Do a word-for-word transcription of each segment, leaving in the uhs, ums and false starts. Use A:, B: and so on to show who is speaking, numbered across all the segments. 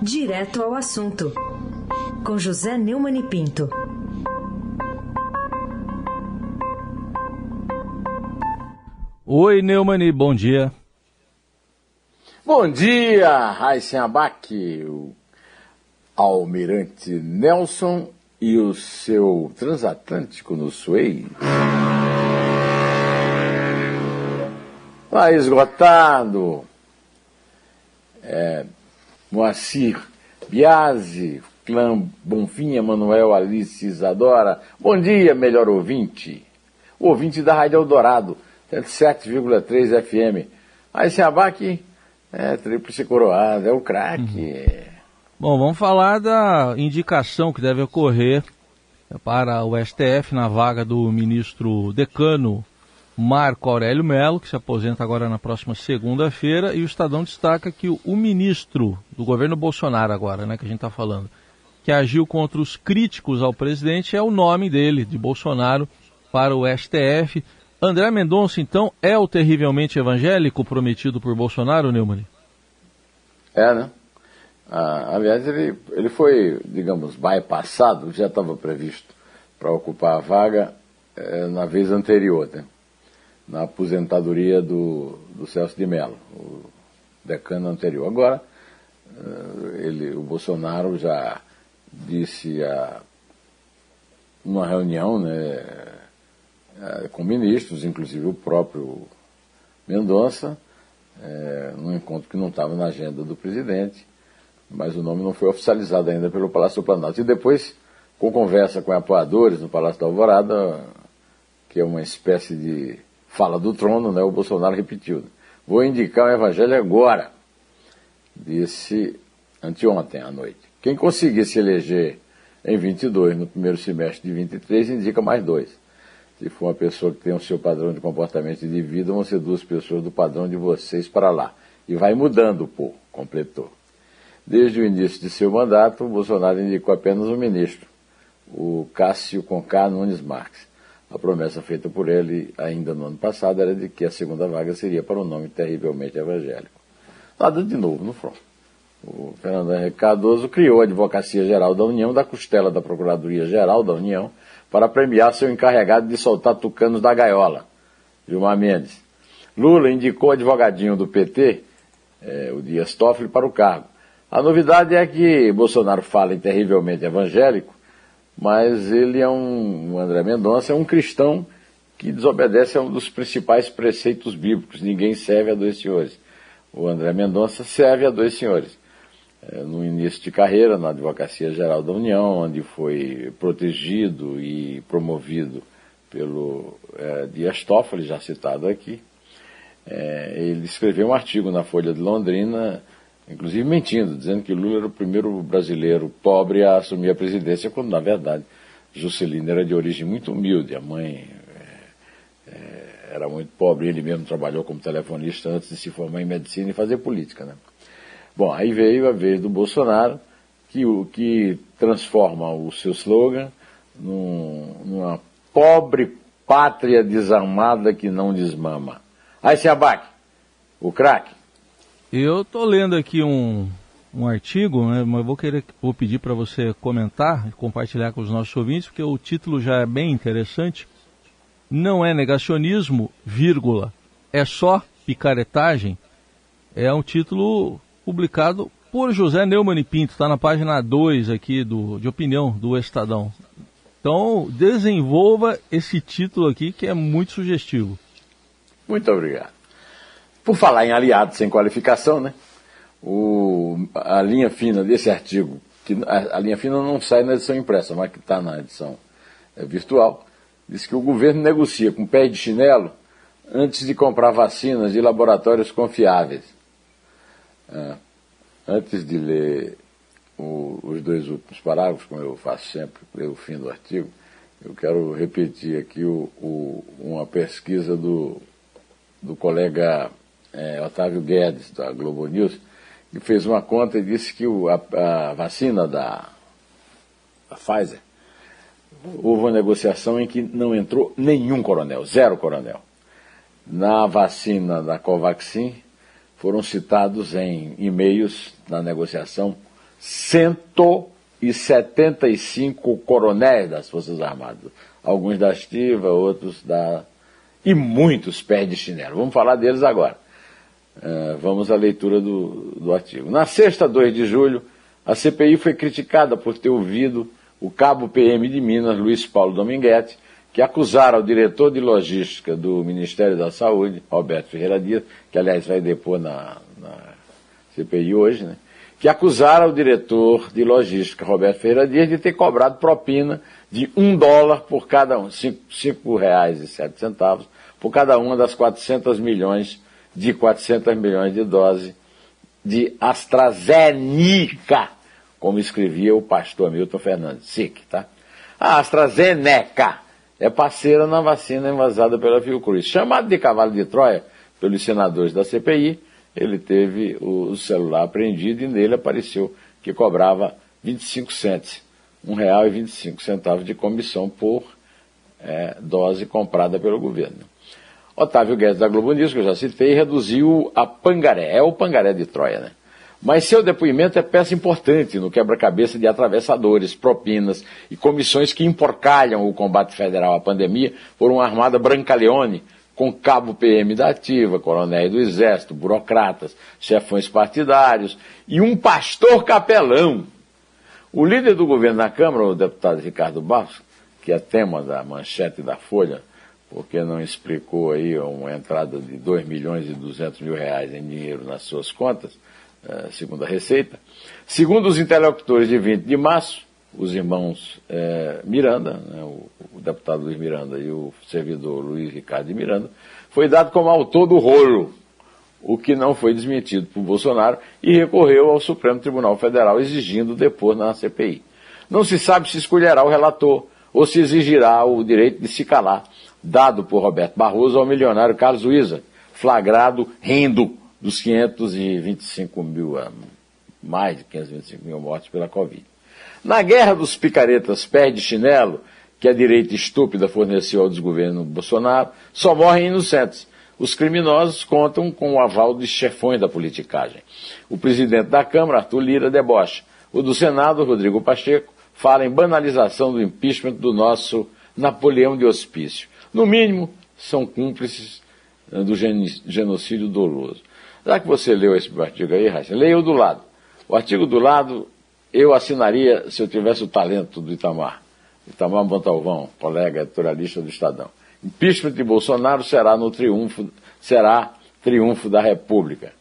A: Direto ao assunto, com José Neumann e Pinto.
B: Oi, Neumann, bom dia.
C: Bom dia, Raíssen Abac, o almirante Nelson e o seu transatlântico no Suez. Lá esgotado, é, Moacir Biasi, clã Bonfim, Manuel, Alice, Isadora. Bom dia, melhor ouvinte. O ouvinte da Rádio Eldorado, cento e sete vírgula três F M. Raíssen Abac é tríplice coroada, é o craque.
B: Uhum. Bom, vamos falar da indicação que deve ocorrer para o S T F na vaga do ministro decano Marco Aurélio Mello, que se aposenta agora na próxima segunda-feira, e o Estadão destaca que o, o ministro do governo Bolsonaro agora, né, que a gente está falando, que agiu contra os críticos ao presidente, é o nome dele, de Bolsonaro, para o S T F. André Mendonça, então, é o terrivelmente evangélico prometido por Bolsonaro, Neumann?
C: É, né? Ah, aliás, ele, ele foi, digamos, bypassado, já estava previsto para ocupar a vaga eh, na vez anterior, né? Na aposentadoria do, do Celso de Mello, o decano anterior. Agora, ele, o Bolsonaro já disse a, numa reunião, né, com ministros, inclusive o próprio Mendonça, é, num encontro que não estava na agenda do presidente, mas o nome não foi oficializado ainda pelo Palácio do Planalto. E depois, com conversa com apoiadores no Palácio da Alvorada, que é uma espécie de fala do trono, né, o Bolsonaro repetiu: vou indicar o evangelho agora, disse anteontem à noite. Quem conseguir se eleger em vinte e dois, no primeiro semestre de vinte e três, indica mais dois. Se for uma pessoa que tem o seu padrão de comportamento e de vida, vão ser duas pessoas do padrão de vocês para lá. E vai mudando, pô, completou. Desde o início de seu mandato, o Bolsonaro indicou apenas um ministro, o Cássio Conká Nunes Marques. A promessa feita por ele ainda no ano passado era de que a segunda vaga seria para um nome terrivelmente evangélico. Nada de novo no front. O Fernando Henrique Cardoso criou a Advocacia Geral da União da costela da Procuradoria Geral da União para premiar seu encarregado de soltar tucanos da gaiola, Gilmar Mendes. Lula indicou o advogadinho do P T, eh, o Dias Toffoli, para o cargo. A novidade é que Bolsonaro fala em terrivelmente evangélico, mas ele é um, o André Mendonça é um cristão que desobedece a um dos principais preceitos bíblicos: ninguém serve a dois senhores. O André Mendonça serve a dois senhores. É, no início de carreira, na Advocacia Geral da União, onde foi protegido e promovido pelo é, Dias Toffoli, já citado aqui, é, ele escreveu um artigo na Folha de Londrina, inclusive mentindo, dizendo que Lula era o primeiro brasileiro pobre a assumir a presidência, quando, na verdade, Juscelino era de origem muito humilde. A mãe é, é, era muito pobre, ele mesmo trabalhou como telefonista antes de se formar em medicina e fazer política, né? Bom, aí veio a vez do Bolsonaro, que, o, que transforma o seu slogan num, numa pobre pátria desarmada que não desmama. Raíssen Abac, o craque.
B: Eu estou lendo aqui um, um artigo, né, mas vou, querer, vou pedir para você comentar e compartilhar com os nossos ouvintes, porque o título já é bem interessante. Não é negacionismo, vírgula, é só picaretagem. É um título publicado por José Neumann e Pinto, está na página dois aqui do, de opinião do Estadão. Então, desenvolva esse título aqui, que é muito sugestivo.
C: Muito obrigado. Por falar em aliados sem qualificação, né? O, a linha fina desse artigo, que a, a linha fina não sai na edição impressa, mas que está na edição é, virtual, diz que o governo negocia com pé de chinelo antes de comprar vacinas de laboratórios confiáveis. É, antes de ler o, os dois últimos parágrafos, como eu faço sempre, ler o fim do artigo, eu quero repetir aqui o, o, uma pesquisa do, do colega é, Otávio Guedes, da Globo News, que fez uma conta e disse que o, a, a vacina da, da Pfizer, houve uma negociação em que não entrou nenhum coronel, zero coronel. Na vacina da Covaxin, foram citados em e-mails na negociação cento e setenta e cinco coronéis das Forças Armadas, alguns da ativa, outros da... e muitos pés de chinelo. Vamos falar deles agora. Uh, vamos à leitura do, do artigo. Na sexta, dois de julho, a C P I foi criticada por ter ouvido o cabo P M de Minas, Luiz Paulo Dominguete, que acusara o diretor de logística do Ministério da Saúde, Roberto Ferreira Dias, que aliás vai depor na, na C P I hoje, né? Que acusara o diretor de logística, Roberto Ferreira Dias, de ter cobrado propina de um dólar por cada um, cinco, cinco reais e sete centavos, por cada uma das quatrocentos milhões de quatrocentos milhões de doses de AstraZeneca, como escrevia o pastor Milton Fernandes, S I C, tá? A AstraZeneca é parceira na vacina envasada pela Fiocruz. Chamado de cavalo de Troia pelos senadores da C P I, ele teve o celular apreendido e nele apareceu que cobrava vinte e cinco centes, um real e vinte e cinco centavos de comissão por é, dose comprada pelo governo. Otávio Guedes da Globo News, que eu já citei, reduziu a pangaré, é o pangaré de Troia, né? Mas seu depoimento é peça importante no quebra-cabeça de atravessadores, propinas e comissões que emporcalham o combate federal à pandemia por uma armada brancaleone, com cabo P M da ativa, coronéis do exército, burocratas, chefões partidários e um pastor capelão. O líder do governo na Câmara, o deputado Ricardo Barros, que é tema da manchete da Folha, porque não explicou aí uma entrada de dois milhões e duzentos mil reais em dinheiro nas suas contas, segundo a Receita. Segundo os interlocutores de vinte de março, os irmãos eh, Miranda, né, o, o deputado Luiz Miranda e o servidor Luiz Ricardo de Miranda, foi dado como autor do rolo, o que não foi desmentido por Bolsonaro e recorreu ao Supremo Tribunal Federal exigindo depor na C P I. Não se sabe se escolherá o relator ou se exigirá o direito de se calar, dado por Roberto Barroso ao milionário Carlos Luiza, flagrado rindo dos quinhentos e vinte e cinco mil, mais de quinhentos e vinte e cinco mil mortes pela Covid. Na guerra dos picaretas pés de chinelo, que a direita estúpida forneceu ao desgoverno Bolsonaro, só morrem inocentes. Os criminosos contam com o aval de chefões da politicagem. O presidente da Câmara, Arthur Lira, debocha. O do Senado, Rodrigo Pacheco, fala em banalização do impeachment do nosso Napoleão de Hospício. No mínimo, são cúmplices do genocídio doloso. Já que você leu esse artigo aí, Raíssa, leia o do lado. O artigo do lado eu assinaria se eu tivesse o talento do Itamar. Itamar Montalvão, colega editorialista do Estadão. Impeachment de Bolsonaro será no triunfo, será triunfo da República.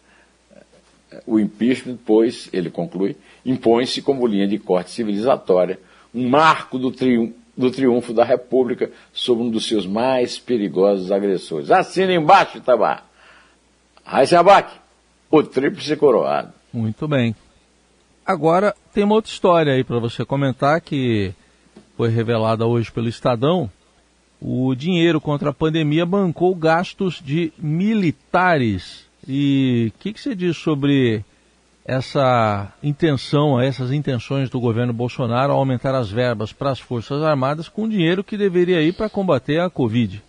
C: O impeachment, pois, ele conclui, impõe-se como linha de corte civilizatória, um marco do triunfo, do triunfo da República sobre um dos seus mais perigosos agressores. Assina embaixo, Itamar. Raíssa Abac, o tríplice coroado.
B: Muito bem. Agora tem uma outra história aí para você comentar que foi revelada hoje pelo Estadão. O dinheiro contra a pandemia bancou gastos de militares. E o que, que você diz sobre essa intenção, essas intenções do governo Bolsonaro ao aumentar as verbas para as Forças Armadas com dinheiro que deveria ir para combater a Covid?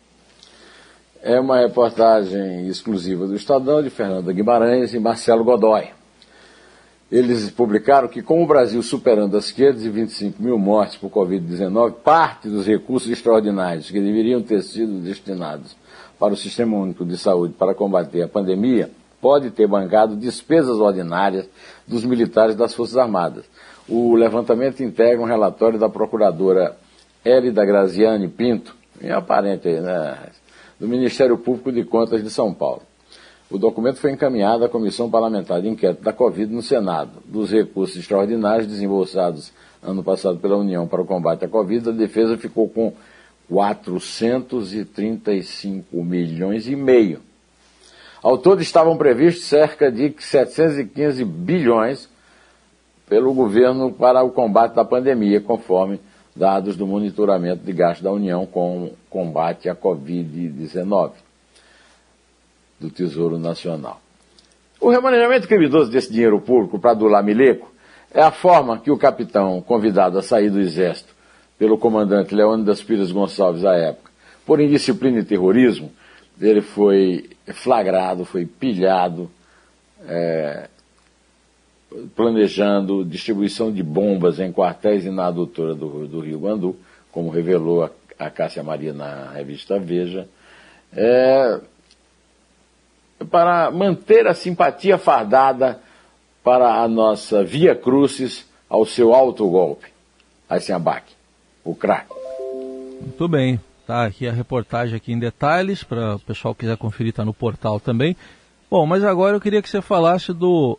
C: É uma reportagem exclusiva do Estadão, de Fernanda Guimarães e Marcelo Godoy. Eles publicaram que, com o Brasil superando as quinhentas e vinte e cinco mil mortes por covid dezenove, parte dos recursos extraordinários que deveriam ter sido destinados para o Sistema Único de Saúde para combater a pandemia pode ter bancado despesas ordinárias dos militares das Forças Armadas. O levantamento integra um relatório da procuradora Hélida Graziani Pinto, minha parente aí, né, do Ministério Público de Contas de São Paulo. O documento foi encaminhado à Comissão Parlamentar de Inquérito da Covid no Senado. Dos recursos extraordinários desembolsados ano passado pela União para o combate à Covid, a defesa ficou com quatrocentos e trinta e cinco milhões e meio. Ao todo estavam previstos cerca de setecentos e quinze bilhões pelo governo para o combate da pandemia, conforme dados do monitoramento de gastos da União com o combate à covid dezenove. Do Tesouro Nacional. O remanejamento criminoso desse dinheiro público para adular Mileco é a forma que o capitão convidado a sair do Exército pelo comandante Leônidas Pires Gonçalves à época, por indisciplina e terrorismo, ele foi flagrado, foi pilhado, é, planejando distribuição de bombas em quartéis e na adutora do, do Rio Guandu, como revelou a, a Cássia Maria na revista Veja, é, para manter a simpatia fardada para a nossa via crucis ao seu autogolpe, Raíssen Abac, o craque.
B: Muito bem, tá aqui a reportagem aqui em detalhes, para o pessoal que quiser conferir, está no portal também. Bom, mas agora eu queria que você falasse do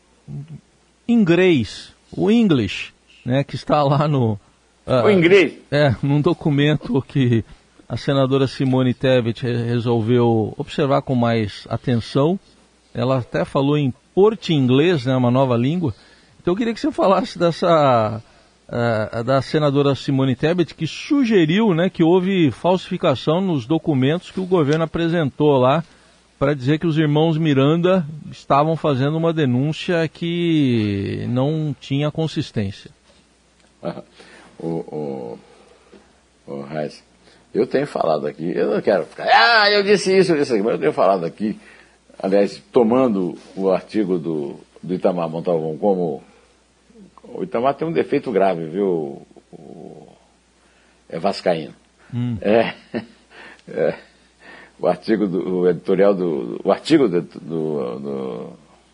B: inglês, o English, né, que está lá no... Uh,
C: o inglês?
B: É, num documento que a senadora Simone Tebet resolveu observar com mais atenção. Ela até falou em porti-inglês, né, uma nova língua. Então eu queria que você falasse dessa... Uh, da senadora Simone Tebet, que sugeriu, né, que houve falsificação nos documentos que o governo apresentou lá para dizer que os irmãos Miranda estavam fazendo uma denúncia que não tinha consistência.
C: Ah, o, o, o Raíssen, eu tenho falado aqui, eu não quero ficar, ah, eu disse isso, eu disse aquilo, mas eu tenho falado aqui, aliás, tomando o artigo do, do Itamar Montalvão como... O Itamar tem um defeito grave, viu? O, é vascaíno. Hum. É, é, o artigo do o editorial do o artigo do, do, do,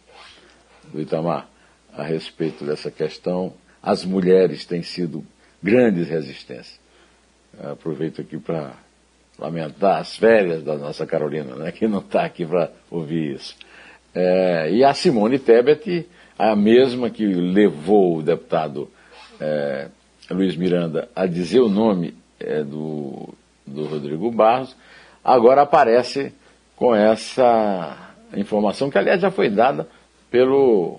C: do Itamar a respeito dessa questão, as mulheres têm sido grandes resistências. Eu aproveito aqui para lamentar as férias da nossa Carolina, né, que não está aqui para ouvir isso. É, e a Simone Tebet, a mesma que levou o deputado é, Luiz Miranda a dizer o nome é, do, do Rodrigo Barros, agora aparece com essa informação, que aliás já foi dada pelo,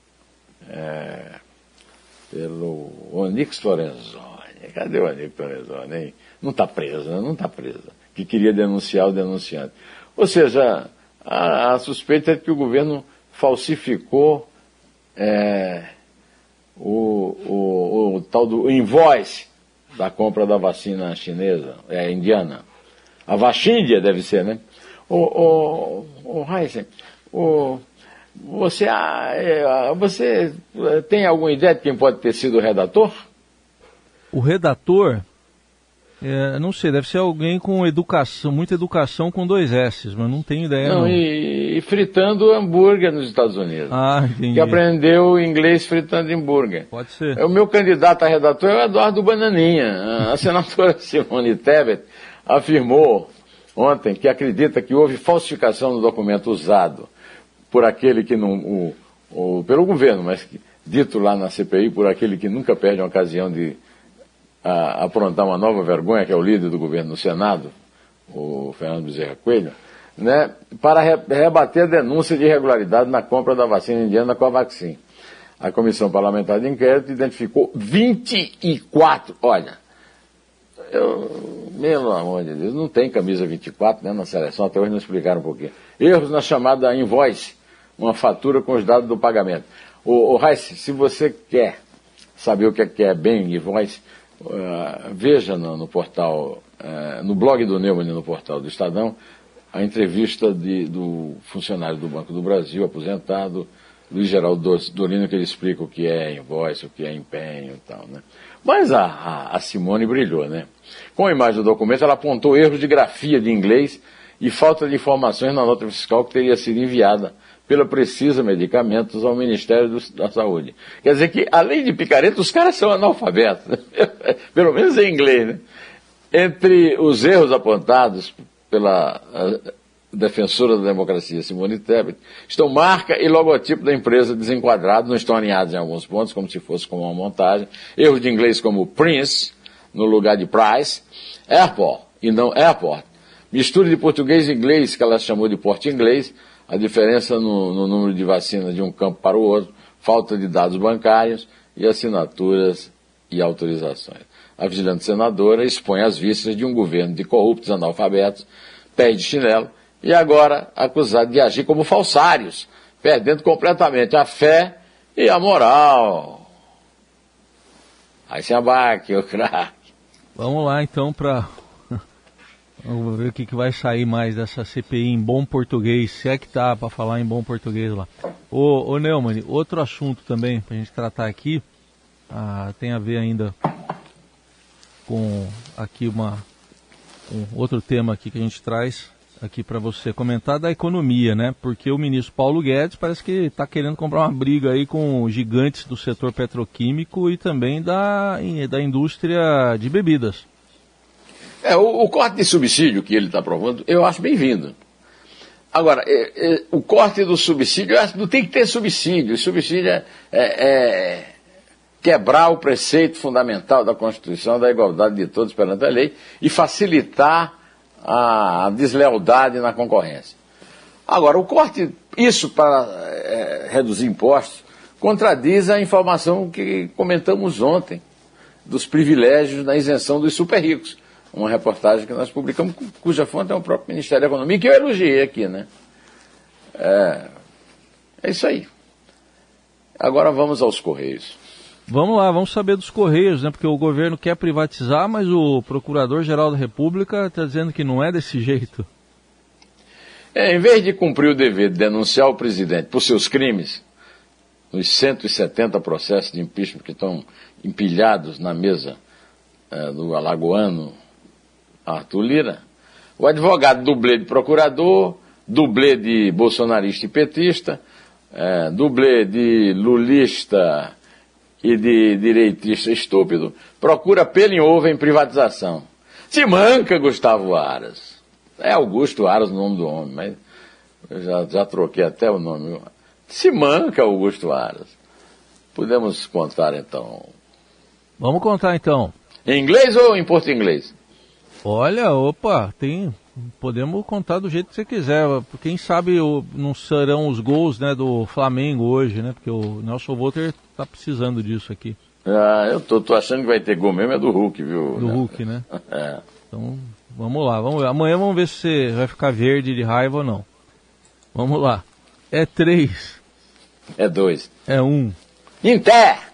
C: é, pelo Onyx Lorenzoni. Cadê o Onyx Lorenzoni, hein? Não está presa, né? Não está presa. Que queria denunciar o denunciante. Ou seja, a, a suspeita é de que o governo falsificou É, o, o, o tal do invoice da compra da vacina chinesa, é indiana. A Vacíndia deve ser, né? O, o, o Raíssen, o, você, é, você tem alguma ideia de quem pode ter sido o redator?
B: O redator, é, não sei, deve ser alguém com educação, muita educação com dois S's, mas não tenho ideia. Não, não.
C: E, e fritando hambúrguer nos Estados Unidos.
B: Ah, entendi.
C: Que aprendeu inglês fritando hambúrguer.
B: Pode ser.
C: O meu candidato a redator é o Eduardo Bananinha. A senadora Simone Tebet afirmou ontem que acredita que houve falsificação no documento usado por aquele que não... O, o, pelo governo, mas que, dito lá na C P I, por aquele que nunca perde uma ocasião de a aprontar uma nova vergonha, que é o líder do governo no Senado, o Fernando Bezerra Coelho, né, para re rebater a denúncia de irregularidade na compra da vacina indiana Covaxin. A Comissão Parlamentar de Inquérito identificou vinte e quatro, olha, eu, pelo amor de Deus, não tem camisa vinte e quatro, né, na seleção, até hoje não explicaram por quê. Erros na chamada invoice, uma fatura com os dados do pagamento. O, o Raíssen, se você quer saber o que é, que é bem invoice, Uh, veja no, no portal, uh, no blog do Neumann, no portal do Estadão, a entrevista de, do funcionário do Banco do Brasil, aposentado, Luiz Geraldo Dolino, que ele explica o que é invoice, o que é empenho e tal, né? Mas a, a, a Simone brilhou, né? Com a imagem do documento, ela apontou erros de grafia de inglês e falta de informações na nota fiscal que teria sido enviada pela Precisa Medicamentos ao Ministério do, da Saúde. Quer dizer que, além de picareta, os caras são analfabetos, né? Pelo menos em inglês, né? Entre os erros apontados pela defensora da democracia, Simone Tebet, estão marca e logotipo da empresa desenquadrados, não estão alinhados em alguns pontos, como se fosse como uma montagem, erros de inglês como Prince, no lugar de Price, Airport, e não Airport, mistura de português e inglês, que ela chamou de porte inglês, a diferença no, no número de vacinas de um campo para o outro, falta de dados bancários e assinaturas e autorizações. A vigilante senadora expõe as vistas de um governo de corruptos analfabetos, pés de chinelo, e agora acusado de agir como falsários, perdendo completamente a fé e a moral. Raíssen Abac, o craque.
B: Vamos lá então para Vamos ver o que, que vai sair mais dessa C P I em bom português, se é que tá para falar em bom português lá. Ô, ô Neumann, outro assunto também para a gente tratar aqui, ah, tem a ver ainda com aqui uma, um outro tema aqui que a gente traz aqui para você comentar, da economia, né? Porque o ministro Paulo Guedes parece que está querendo comprar uma briga aí com gigantes do setor petroquímico e também da, da indústria de bebidas.
C: É, o, o corte de subsídio que ele está aprovando, eu acho bem-vindo. Agora, é, é, o corte do subsídio, eu acho que não tem que ter subsídio. O subsídio é, é, é quebrar o preceito fundamental da Constituição da igualdade de todos perante a lei e facilitar a deslealdade na concorrência. Agora, o corte, isso para é, reduzir impostos, contradiz a informação que comentamos ontem dos privilégios na isenção dos super ricos. Uma reportagem que nós publicamos, cuja fonte é o próprio Ministério da Economia, que eu elogiei aqui, né? É, é isso aí. Agora vamos aos Correios.
B: Vamos lá, vamos saber dos Correios, né? Porque o governo quer privatizar, mas o Procurador-Geral da República está dizendo que não é desse jeito.
C: É, em vez de cumprir o dever de denunciar o presidente por seus crimes, nos cento e setenta processos de impeachment que estão empilhados na mesa é, do alagoano Arthur Lira, o advogado dublê de procurador, dublê de bolsonarista e petista, é, dublê de lulista e de direitista estúpido, procura pelo em ovo em privatização. Se manca Gustavo Aras. É Augusto Aras o nome do homem, mas eu já, já troquei até o nome. Se manca Augusto Aras. Podemos contar então.
B: Vamos contar então.
C: Em inglês ou em português?
B: Olha, opa, tem... Podemos contar do jeito que você quiser. Quem sabe não serão os gols, né, do Flamengo hoje, né? Porque o Nelson Volter está precisando disso aqui.
C: Ah, eu tô, tô achando que vai ter gol mesmo, é do Hulk, viu?
B: Do Hulk, né?
C: É.
B: Então, vamos lá. Vamos ver. Amanhã vamos ver se você vai ficar verde de raiva ou não. Vamos lá. É três.
C: É dois.
B: É um.
C: Inter!